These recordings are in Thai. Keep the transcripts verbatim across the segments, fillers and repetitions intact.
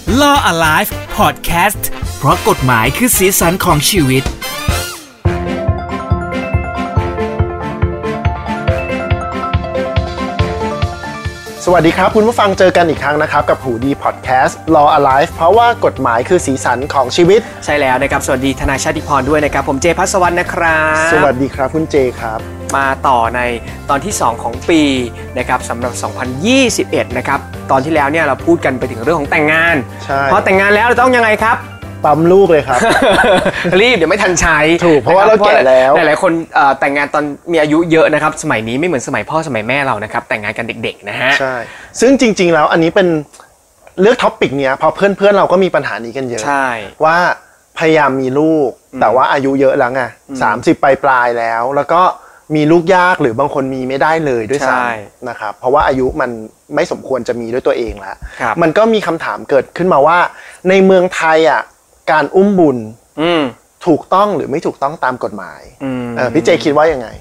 Law Alive Podcast เพราะกฎหมายคือสีสันของชีวิตสวัสดีครับคุณผู้ฟังเจอกันอีกครั้งนะครับกับหูดีพอดแคสต์ Law Alive เพราะว่ากฎหมายคือสีสันของชีวิตใช่แล้วนะครับสวัสดีทนายชาติพรด้วยนะครับผมเจภัสวรรณนะครับสวัสดีครับคุณเจครับมาต่อในตอนที่สองของปีนะครับสำหรับสองพันยี่สิบเอ็ดนะครับตอนที่แล้วเนี่ยเราพูดกันไปถึงเรื่องของแต่งงานใช่พอแต่งงานแล้วเราต้องยังไงครับปั๊มลูกเลยครับรีบเดี๋ยวไม่ทันใช้ถูกเพราะว่าเราแก่แล้วหลายๆคนแต่งงานตอนมีอายุเยอะนะครับสมัยนี้ไม่เหมือนสมัยพ่อสมัยแม่เรานะครับแต่งงานกันเด็กๆนะฮะใช่ซึ่งจริงๆแล้วอันนี้เป็นเลือกท็อปปิกเนี้ยพอเพื่อนๆเราก็มีปัญหานี้กันเยอะว่าพยายามมีลูกแต่ว่าอายุเยอะแล้วไงสามสิบปลายๆแล้วแล้วก็มีลูกยากหรือบางคนมีไม่ได้เลยด้วยซ้ำนะครับเพราะว่าอายุมันไม่สมควรจะมีด้วยตัวเองแล้วมันก็มีคำถามเกิดขึ้นมาว่าในเมืองไทยอ่ะการอุ้มบุญถูกต้องหรือไม่ถูกต้องตามกฎหมายพี่เจคิดว่ายังไง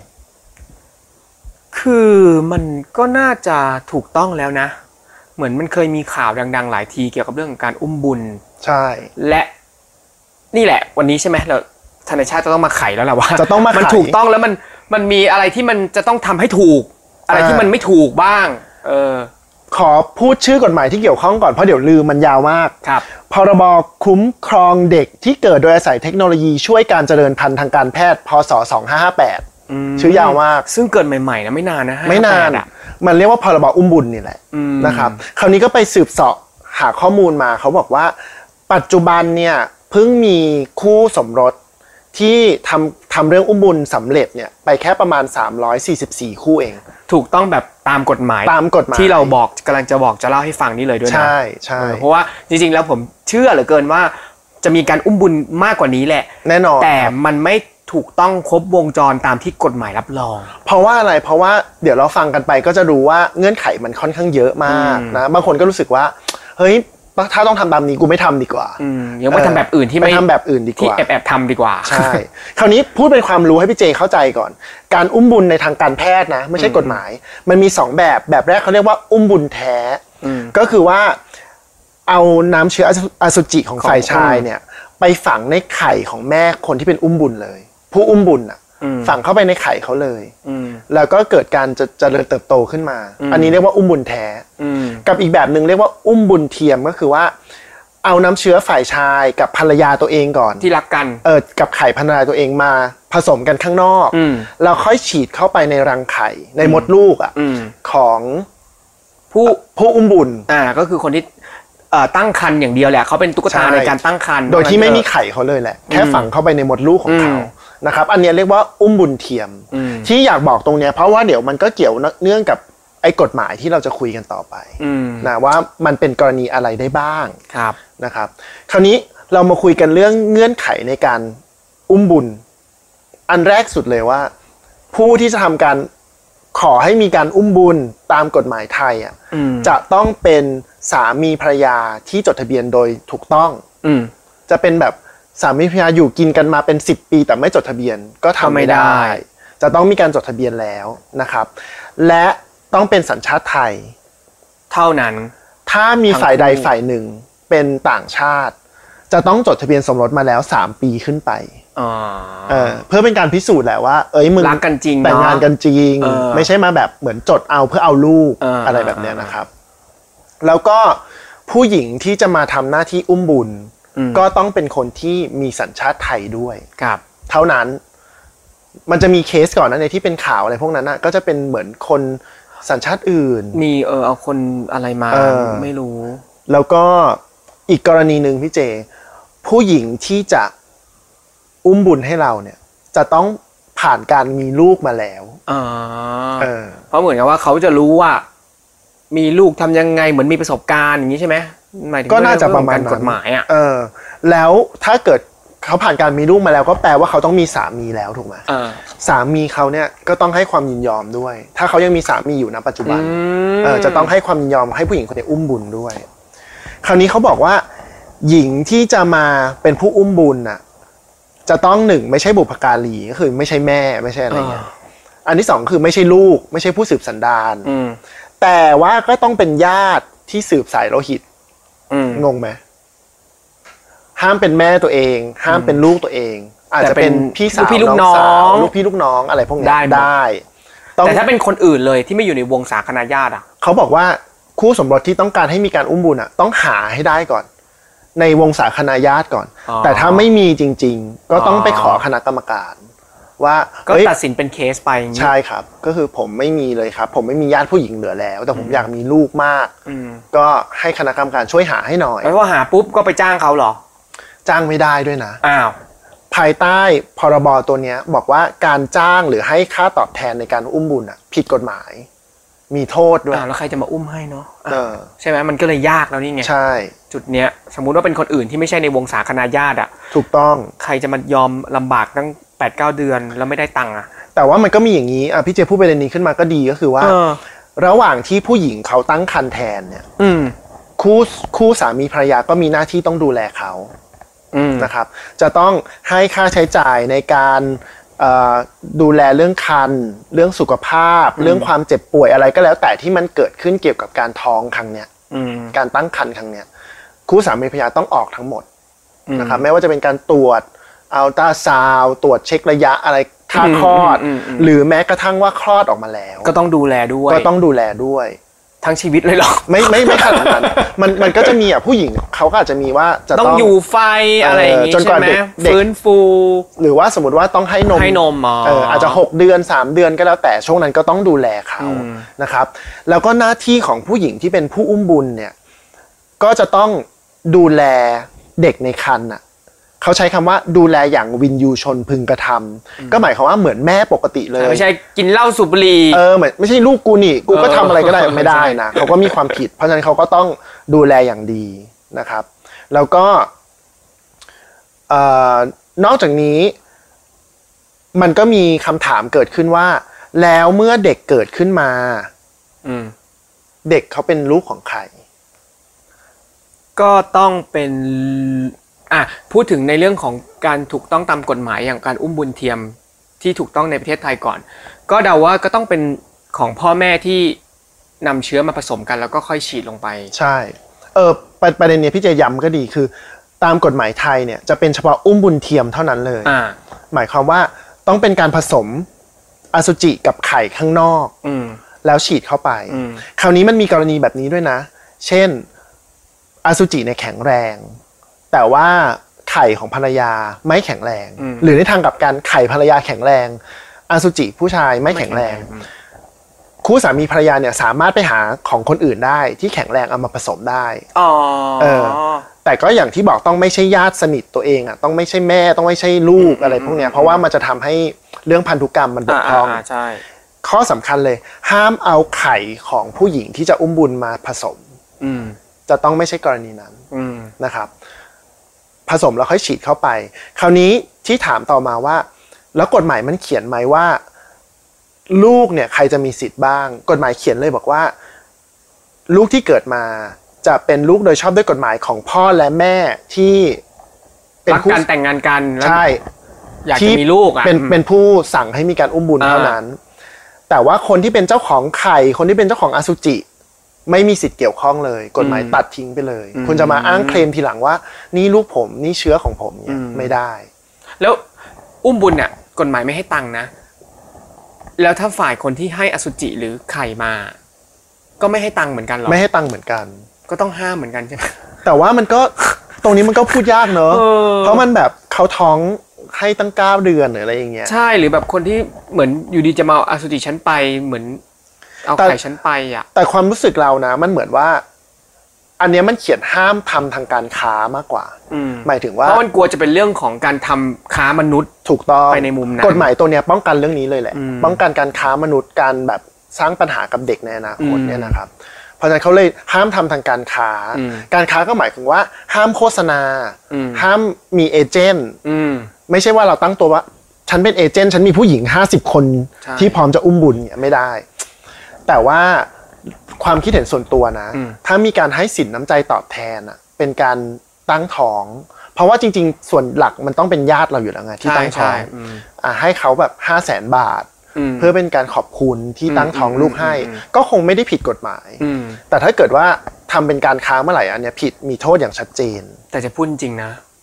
คือมันก็น่าจะถูกต้องแล้วนะเหมือนมันเคยมีข่าวดังๆหลายทีเกี่ยวกับเรื่องการอุ้มบุญใช่และนี่แหละวันนี้ใช่ไหมเราธนายชาติจะต้องมาไขแล้วแหละว่าจะต้องมามันถูกต้องแล้วมันมันมีอะไรที่มันจะต้องทำให้ถูกอะไรที่มันไม่ถูกบ้างเออขอพูดชื่อกฎหมายที่เกี่ยวข้องก่อนเพราะเดี๋ยวลืมมันยาวมากครับพรบคุ้มครองเด็กที่เกิดโดยอาศัยเทคโนโลยีช่วยการเจริญพันธุ์ทางการแพทย์พศสองพันห้าร้อยห้าสิบแปดชื่อยาวมากซึ่งเกิดใหม่ๆนะไม่นานนะไม่นานอ่ะมันเรียกว่าพรบอุ้มบุญนี่แหละนะครับคราวนี้ก็ไปสืบเสาะหาข้อมูลมาเขาบอกว่าปัจจุบันเนี่ยเพิ่งมีคู่สมรสที่ทำทำเรื่องอุ้มบุญสำเร็จเนี่ยไปแค่ประมาณสามร้อยสี่สิบสี่คู่เองถูกต้องแบบตามกฎหมายตามกฎหมายที่เราบอกกำลังจะบอกจะเล่าให้ฟังนี่เลยด้วยนะใช่ใช่เพราะว่าจริงๆแล้วผมเชื่อเหลือเกินว่าจะมีการอุ้มบุญมากกว่านี้แหละแน่นอนแต่มันไม่ถูกต้องครบวงจรตามที่กฎหมายรับรองเพราะว่าอะไรเพราะว่าเดี๋ยวเราฟังกันไปก็จะรู้ว่าเงื่อนไขมันค่อนข้างเยอะมากนะบางคนก็รู้สึกว่าเฮ้ยถ้าต้องทำตามนี้กูไม่ทำดีกว่ายังไม่ทำแบบอื่นที่ไม่ทำแบบอื่นดีกว่าที่แอบๆทำดีกว่าใช่คราวนี้พูดเป็นความรู้ให้พี่เจเข้าใจก่อนการอุ้มบุญในทางการแพทย์นะไม่ใช่กฎหมายมันมีสองแบบแบบแรกเขาเรียกว่าอุ้มบุญแท้ก็คือว่าเอาน้ำเชื้ออสุจิของฝ่ายชายเนี่ยไปฝังในไข่ของแม่คนที่เป็นอุ้มบุญเลยผู้อุ้มบุญอ่ะฝังเข้าไปในไข่เขาเลยแล้วก็เกิดการจะเจริญเติบโตขึ้นมาอันนี้เรียกว่าอุ้มบุญแท้กับอีกแบบนึงเรียกว่าอุ้มบุญเทียมก็คือว่าเอาน้ำเชื้อฝ่ายชายกับภรรยาตัวเองก่อนที่รักกันเออกับไข่ภรรยาตัวเองมาผสมกันข้างนอกแล้วค่อยฉีดเข้าไปในรังไข่ในมดลูกอ่ะของผู้ผู้อุ้มบุญอ่าก็คือคนที่ตั้งครรภ์อย่างเดียวแหละเขาเป็นตุ๊กตาในการตั้งครรภ์โดยที่ไม่มีไข่เขาเลยแหละแค่ฝังเข้าไปในมดลูกของเขานะครับอันนี้เรียกว่าอุ้มบุญเทียมที่อยากบอกตรงนี้เพราะว่าเดี๋ยวมันก็เกี่ยวเนื่องกับไอ้กฎหมายที่เราจะคุยกันต่อไปนะว่ามันเป็นกรณีอะไรได้บ้างนะครับคราวนี้เรามาคุยกันเรื่องเงื่อนไขในการอุ้มบุญอันแรกสุดเลยว่าผู้ที่จะทำการขอให้มีการอุ้มบุญตามกฎหมายไทยอ่ะจะต้องเป็นสามีภรรยาที่จดทะเบียนโดยถูกต้องจะเป็นแบบสามีภรรยาอยู่กินกันมาเป็นสิบปีแต่ไม่จดทะเบียนก็ทำไม่ได้จะต้องมีการจดทะเบียนแล้วนะครับและต้องเป็นสัญชาติไทยเท่านั้นถ้ามีฝ่ายใดฝ่ายหนึ่งเป็นต่างชาติจะต้องจดทะเบียนสมรสมาแล้วสามปีขึ้นไปเออเพื่อเป็นการพิสูจน์แหละว่าเอ้ยมึงรักกันจริงแต่งงานกันจริงไม่ใช่มาแบบเหมือนจดเอาเพื่อเอาลูกอะไรแบบนี้นะครับแล้วก็ผู้หญิงที่จะมาทำหน้าที่อุ้มบุญก็ต้องเป็นคนที่มีสัญชาติไทยด้วยเท่านั้นมันจะมีเคสก่อนนะในที่เป็นข่าวอะไรพวกนั้นนะก็จะเป็นเหมือนคนสัญชาติอื่นมีเออเอาคนอะไรมาไม่รู้แล้วก็อีกกรณีนึงพี่เจผู้หญิงที่จะอุ้มบุญให้เราเนี่ยจะต้องผ่านการมีลูกมาแล้วอ๋อเออเพราะเหมือนกับว่าเขาจะรู้ว่ามีลูกทำยังไงเหมือนมีประสบการณ์อย่างนี้ใช่ไหมก็น่าจะประมาณกฎหมายอ่ะเออแล้วถ้าเกิดเขาผ่านการมีลูกมาแล้วก็แปลว่าเขาต้องมีสามีแล้วถูกไหมสามีเขาเนี่ยก็ต้องให้ความยินยอมด้วยถ้าเขายังมีสามีอยู่ณปัจจุบันเออจะต้องให้ความยินยอมให้ผู้หญิงคนนี้อุ้มบุญด้วยคราวนี้เขาบอกว่าหญิงที่จะมาเป็นผู้อุ้มบุญน่ะจะต้องหนึ่งไม่ใช่บุพการีก็คือไม่ใช่แม่ไม่ใช่อะไรเงี้ยอันที่สองคือไม่ใช่ลูกไม่ใช่ผู้สืบสันดานแต่ว่าก็ต้องเป็นญาติที่สืบสายโลหิตงงไหมห้ามเป็นแม่ตัวเองห้ามเป็นลูกตัวเองอาจจะเป็นพี่สาวลูกน้องสาวลูกพี่ลูกน้องอะไรพวกนี้ได้แต่ถ้าเป็นคนอื่นเลยที่ไม่อยู่ในวงสาคณาญาติอ่ะเขาบอกว่าคู่สมรสที่ต้องการให้มีการอุ้มบุญอ่ะต้องหาให้ได้ก่อนในวงสาคณาญาติก่อนแต่ถ้าไม่มีจริงๆก็ต้องไปขอคณะกรรมการว่าก็ตัดสินเป็นเคสไปใช่ครับก็คือผมไม่มีเลยครับผมไม่มีญาติผู้หญิงเหลือแล้วแต่ผมอยากมีลูกมากก็ให้คณะกรรมการช่วยหาให้หน่อยแล้วพอหาปุ๊บก็ไปจ้างเขาเหรอจ้างไม่ได้ด้วยนะอ้าวภายใต้พรบตัวนี้บอกว่าการจ้างหรือให้ค่าตอบแทนในการอุ้มบุญอ่ะผิดกฎหมายมีโทษด้วยแล้วใครจะมาอุ้มให้เนาะใช่ไหมมันก็เลยยากแล้วนี่ไงใช่จุดเนี้ยสมมุติว่าเป็นคนอื่นที่ไม่ใช่ในวงสาคณาญาติอ่ะถูกต้องใครจะมายอมลำบากตั้ง แปดเก้า เดือนแล้วไม่ได้ตังค์อ่ะแต่ว่ามันก็มีอย่างนี้อ่ะพี่เจพูดประเด็นนี้ขึ้นมาก็ดีก็คือว่าระหว่างที่ผู้หญิงเขาตั้งครรภ์แทนเนี่ยคู่คู่สามีภรรยาก็มีหน้าที่ต้องดูแลเขานะครับจะต้องให้ค่าใช้จ่ายในการดูแลเรื่องครรภ์เรื่องสุขภาพเรื่องความเจ็บป่วยอะไรก็แล้วแต่ที่มันเกิดขึ้นเกี่ยวกับการท้องครั้งเนี้ยการตั้งครรภ์ครั้งเนี้ยคู่สามีภรรยาต้องออกทั้งหมดนะครับไม่ว่าจะเป็นการตรวจอัลตราซาวด์ตรวจเช็คระยะอะไรค่าคลอดหรือแม้กระทั่งว่าคลอดออกมาแล้วก็ต้องดูแลด้วยก็ต้องดูแลด้วยทั้งชีวิตเลยหรอไม่ไม่ไม่ขนาดนั้นมันมันก็จะมีอ่ะผู้หญิงเขาก็อาจจะมีว่าจะต้องอยู่ไฟอะไรอย่างงี้ใช่ไหมฟื้นฟูหรือว่าสมมติว่าต้องให้นมให้นมเอออาจจะหกเดือนสามเดือนก็แล้วแต่ช่วงนั้นก็ต้องดูแลเขานะครับแล้วก็หน้าที่ของผู้หญิงที่เป็นผู้อุ้มบุญเนี่ยก็จะต้องดูแลเด็กในครรภ์อ่ะเขาใช้คำว่าดูแลอย่างวินยูชนพึงกระทำก็หมายความว่าเหมือนแม่ปกติเลยไม่ใช่กินเหล้าสูบบุหรี่เออเหมือนไม่ใช่ลูกกูนี่กูก็ทำอะไรก็ได้ไม่ได้นะเขาก็มีความผิดเพราะฉะนั้นเขาก็ต้องดูแลอย่างดีนะครับแล้วก็เอ่อนอกจากนี้มันก็มีคำถามเกิดขึ้นว่าแล้วเมื่อเด็กเกิดขึ้นมาเด็กเขาเป็นลูกของใครก็ต้องเป็นอ่ะพูดถึงในเรื่องของการถูกต้องตามกฎหมายอย่างการอุ้มบุญเทียมที่ถูกต้องในประเทศไทยก่อนก็เดาว่าก็ต้องเป็นของพ่อแม่ที่นำเชื้อมาผสมกันแล้วก็ค่อยฉีดลงไปใช่เออประเด็นนี้พี่เจย้ำก็ดีคือตามกฎหมายไทยเนี่ยจะเป็นเฉพาะอุ้มบุญเทียมเท่านั้นเลยอ่าหมายความว่าต้องเป็นการผสมอสุจิกับไข่ข้างนอกอืมแล้วฉีดเข้าไปคราวนี้มันมีกรณีแบบนี้ด้วยนะเช่นอสุจิเนี่ยแข็งแรงแต่ว่าไข่ของภรรยาไม่แข็งแรงหรือในทางกลับกันไข่ภรรยาแข็งแรงอสุจิผู้ชายไม่แข็งแรงคู่สามีภรรยาเนี่ยสามารถไปหาของคนอื่นได้ที่แข็งแรงเอามาผสมได้อ๋อเออแต่ก็อย่างที่บอกต้องไม่ใช่ญาติสนิทตัวเองอ่ะต้องไม่ใช่แม่ต้องไม่ใช่ลูกอะไรพวกเนี้ยเพราะว่ามันจะทำให้เรื่องพันธุกรรมมันบกพร่องใช่ข้อสำคัญเลยห้ามเอาไข่ของผู้หญิงที่จะอุ้มบุญมาผสมจะต้องไม่ใช่กรณีนั้นนะครับผสมแล้วค่อยฉีดเข้าไปคราวนี้ที่ถามต่อมาว่าแล้วกฎหมายมันเขียนไหมว่าลูกเนี่ยใครจะมีสิทธิ์บ้างกฎหมายเขียนเลยบอกว่าลูกที่เกิดมาจะเป็นลูกโดยชอบด้วยกฎหมายของพ่อและแม่ที่เป็นรักกันแต่งงานกันใช่อยากจะมีลูกอ่ะเป็นเป็นผู้สั่งให้มีการอุ้มบุญเท่านั้นแต่ว่าคนที่เป็นเจ้าของไข่คนที่เป็นเจ้าของอสุจิไม่มีสิทธิ์เกี่ยวข้องเลยกฎหมายตัดทิ้งไปเลยคุณจะมาอ้างเคลมทีหลังว่านี่ลูกผมนี่เชื้อของผมเนี่ยไม่ได้แล้วอุ้มบุญเนี่ยกฎหมายไม่ให้ตังค์นะแล้วถ้าฝ่ายคนที่ให้อสุจิหรือไข่มาก็ไม่ให้ตังค์เหมือนกันหรอไม่ให้ตังค์เหมือนกันก็ต้องห้ามเหมือนกันใช่ไหมแต่ว่ามันก็ตรงนี้มันก็พูดยากเนอะเพราะมันแบบเขาท้องให้ตั้งเก้าเดือนหรืออะไรอย่างเงี้ยใช่หรือแบบคนที่เหมือนอยู่ดีจะมาอสุจิฉันไปเหมือนเอาไข่ฉันไปอ่ะแต่ความรู้สึกเรานะมันเหมือนว่าอันนี้มันเขียนห้ามทำทางการค้ามากกว่าหมายถึงว่าเพราะมันกลัวจะเป็นเรื่องของการทำค้ามนุษย์ถูกต้องไปในมุมนั้นกฎหมายตัวนี้ป้องกันเรื่องนี้เลยแหละป้องกันการค้ามนุษย์การแบบสร้างปัญหากับเด็กในอนาคตเนี่ยนะครับเพราะฉะนั้นเขาเลยห้ามทำทางการค้าการค้าก็หมายถึงว่าห้ามโฆษณาห้ามมีเอเจนต์ไม่ใช่ว่าเราตั้งตัวว่าฉันเป็นเอเจนต์ฉันมีผู้หญิงห้าสิบคนที่พร้อมจะอุ้มบุญเนี่ยไม่ได้แต่ว่าความคิดเห็นส่วนตัวนะถ้ามีการให้สินน้ำใจตอบแทนอ่ะเป็นการตั้งท้องเพราะว่าจริงๆส่วนหลักมันต้องเป็นญาติเราอยู่แล้วไงที่ตั้งท้องอ่ะให้เขาแบบห้าแสนบาทเพื่อเป็นการขอบคุณที่ตั้งท้องลูกให้ก็คงไม่ได้ผิดกฎหมายแต่ถ้าเกิดว่าทำเป็นการค้าเมื่อไหร่อันเนี้ยผิดมีโทษอย่างชัดเจนแต่จะพูดจริงนะ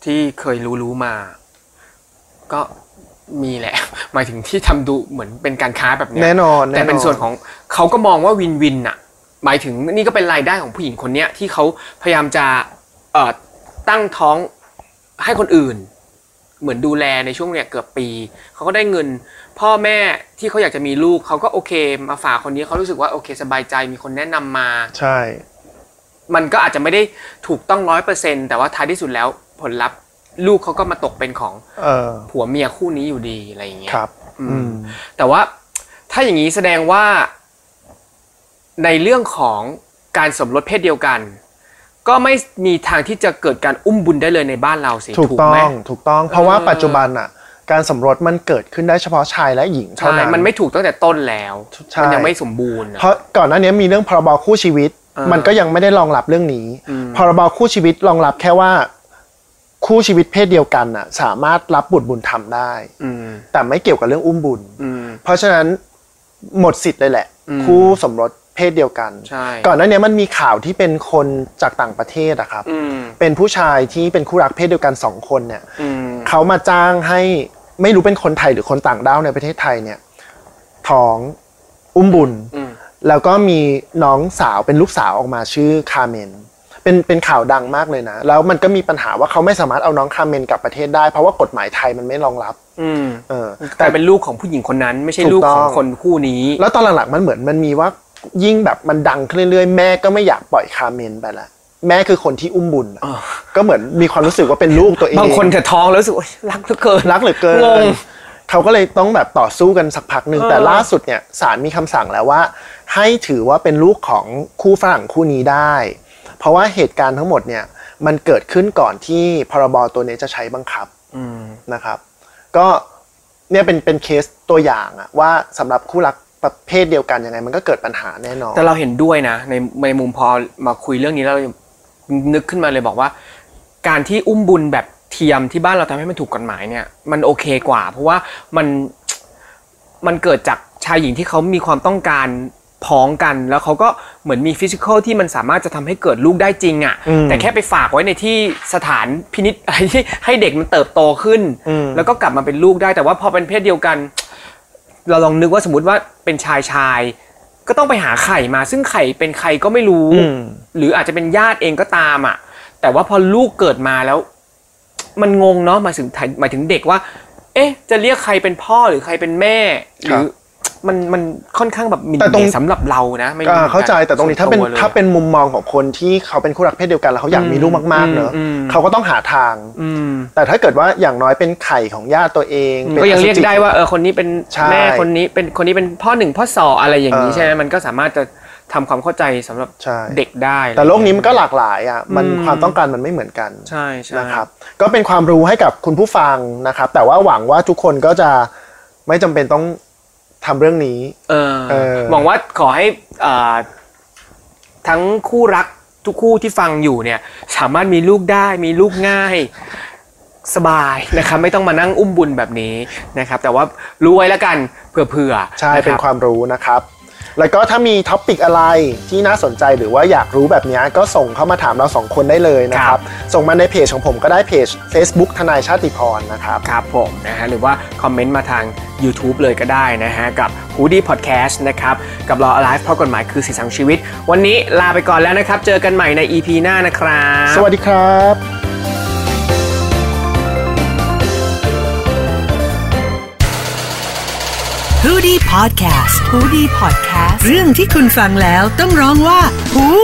ที่เคยรู้ๆมาก็มีแหละหมายถึงที่ทำดูเหมือนเป็นการค้าแบบนี้แน่นอนแต่เป็นส่วนของเขาก็มองว่าวินวินอะหมายถึงนี่ก็เป็นรายได้ของผู้หญิงคนนี้ที่เขาพยายามจะเอ่อตั้งท้องให้คนอื่นเหมือนดูแลในช่วงเนี่ยเกือบปีเขาก็ได้เงินพ่อแม่ที่เขาอยากจะมีลูกเขาก็โอเคมาฝากคนนี้เขารู้สึกว่าโอเคสบายใจมีคนแนะนำมาใช่มันก็อาจจะไม่ได้ถูกต้องร้อยเปอร์เซ็นต์แต่ว่าท้ายที่สุดแล้วผลลัพธ์ลูกเขาก็มาตกเป็นของผัวเมียคู่นี้อยู่ดีอะไรอย่างเงี้ยครับแต่ว่าถ้าอย่างนี้แสดงว่าในเรื่องของการสมรสเพศเดียวกันก็ไม่มีทางที่จะเกิดการอุ้มบุญได้เลยในบ้านเราสิถูกต้องถูกต้องเพราะว่าปัจจุบันอ่ะการสมรสมันเกิดขึ้นได้เฉพาะชายและหญิงเท่านั้นมันไม่ถูกตั้งแต่ต้นแล้วมันยังไม่สมบูรณ์เพราะก่อนหน้านี้มีเรื่องพรบคู่ชีวิตมันก็ยังไม่ได้รองรับเรื่องนี้พรบคู่ชีวิตรองรับแค่ว่าคู่ชีวิตเพศเดียวกันน่ะสามารถรับบุตรบุญธรรมได้แต่ไม่เกี่ยวกับเรื่องอุ้มบุญเพราะฉะนั้นหมดสิทธิ์เลยแหละคู่สมรสเพศเดียวกันก่อนหน้านี้มันมีข่าวที่เป็นคนจากต่างประเทศอะครับเป็นผู้ชายที่เป็นคู่รักเพศเดียวกันสองคนเนี่ยเขามาจ้างให้ไม่รู้เป็นคนไทยหรือคนต่างด้าวในประเทศไทยเนี่ยท้องอุ้มบุญแล้วก็มีน้องสาวเป็นลูกสาวออกมาชื่อคาเมนเป็นเป็นข่าวดังมากเลยนะแล้วมันก็มีปัญหาว่าเขาไม่สามารถเอาน้องคาเมนกลับประเทศได้เพราะว่ากฎหมายไทยมันไม่รองรับเออแต่เป็นลูกของผู้หญิงคนนั้นไม่ใช่ลูกของคนคู่นี้แล้วตอนหลังๆมันเหมือนมันมีว่ายิ่งแบบมันดังขึ้นเรื่อยๆแม่ก็ไม่อยากปล่อยคาเมนไปละแม่คือคนที่อุ้มบุญก็เหมือนมีความรู้สึกว่าเป็นลูกตัวเองบางคนเธอท้องแล้วรู้สึกรักเหลือเกินรักเหลือเกินงงเขาก็เลยต้องแบบต่อสู้กันสักพักนึงแต่ล่าสุดเนี่ยศาลมีคำสั่งแล้วว่าให้ถือว่าเป็นลูกของคู่ฝรั่งคู่นี้ได้เพราะว่าเหตุการณ์ทั้งหมดเนี่ยมันเกิดขึ้นก่อนที่พรบตัวนี้จะใช้บังคับนะครับก็เนี่ยเป็นเป็นเคสตัวอย่างอะว่าสำหรับคู่รักประเภทเดียวกันยังไงมันก็เกิดปัญหาแน่นอนแต่เราเห็นด้วยนะในในมุมพอมาคุยเรื่องนี้แล้วนึกขึ้นมาเลยบอกว่าการที่อุ้มบุญแบบเทียมที่บ้านเราทำให้มันถูกกฎหมายเนี่ยมันโอเคกว่าเพราะว่ามันมันเกิดจากชายหญิงที่เขามีความต้องการพ้องกันแล้วเขาก็เหมือนมีฟิสิกอลที่มันสามารถจะทำให้เกิดลูกได้จริงอ่ะแต่แค่ไปฝากไว้ในที่สถานพินิจอะไรที่ให้เด็กมันเติบโตขึ้นแล้วก็กลับมาเป็นลูกได้แต่ว่าพอเป็นเพศเดียวกันเราลองนึกว่าสมมติว่าเป็นชายชายก็ต้องไปหาไข่มาซึ่งไข่เป็นใครก็ไม่รู้หรืออาจจะเป็นญาติเองก็ตามอ่ะแต่ว่าพอลูกเกิดมาแล้วมันงงเนาะหมายถึงหมายถึงเด็กว่าเอ๊ะจะเรียกใครเป็นพ่อหรือใครเป็นแม่หรือมันมันค่อนข้างแบบมินเมสำหรับเรานะไม่เข้าใจแต่ตรงนี้ถ้าเป็นถ้าเป็นมุมมองของคนที่เขาเป็นคู่รักเพศเดียวกันแล้วเขาอยากมีลูกมากๆเนอะเขาก็ต้องหาทางแต่ถ้าเกิดว่าอย่างน้อยเป็นไข่ของญาติตัวเองก็ยังเรียกได้ว่าเออคนนี้เป็นแม่คนนี้เป็นคนนี้เป็นพ่อหนึ่งพ่อสองอะไรอย่างนี้ใช่ไหมมันก็สามารถจะทำความเข้าใจสำหรับเด็กได้แต่โลกนี้มันก็หลากหลายอ่ะมันความต้องการมันไม่เหมือนกันใช่ใช่นะครับก็เป็นความรู้ให้กับคุณผู้ฟังนะครับแต่ว่าหวังว่าทุกคนก็จะไม่จำเป็นต้องทำเรื่องนี้เออเออหวังว่าขอให้อ่าทั้งคู่รักทุกคู่ที่ฟังอยู่เนี่ยสามารถมีลูกได้มีลูกง่ายสบายนะครับไม่ต้องมานั่งอุ้มบุญแบบนี้นะครับแต่ว่ารู้ไว้แล้วกันเผื่อๆใช่เป็นความรู้นะครับแล้วก็ถ้ามีท็อปิกอะไรที่น่าสนใจหรือว่าอยากรู้แบบนี้ก็ส่งเข้ามาถามเราสองคนได้เลยนะครับส่งมาในเพจของผมก็ได้เพจ Facebook ทนายชาติพรนะครับครับผมนะฮะหรือว่าคอมเมนต์มาทาง YouTube เลยก็ได้นะฮะกับ Hoodie Podcast นะครับกับ Law Alive เพราะกฎหมายคือสีสันชีวิตวันนี้ลาไปก่อนแล้วนะครับเจอกันใหม่ใน อี พี หน้านะครับสวัสดีครับ Hoodie Podcast Hoodie Podcast เรื่องที่คุณฟังแล้วต้องร้องว่าฮู้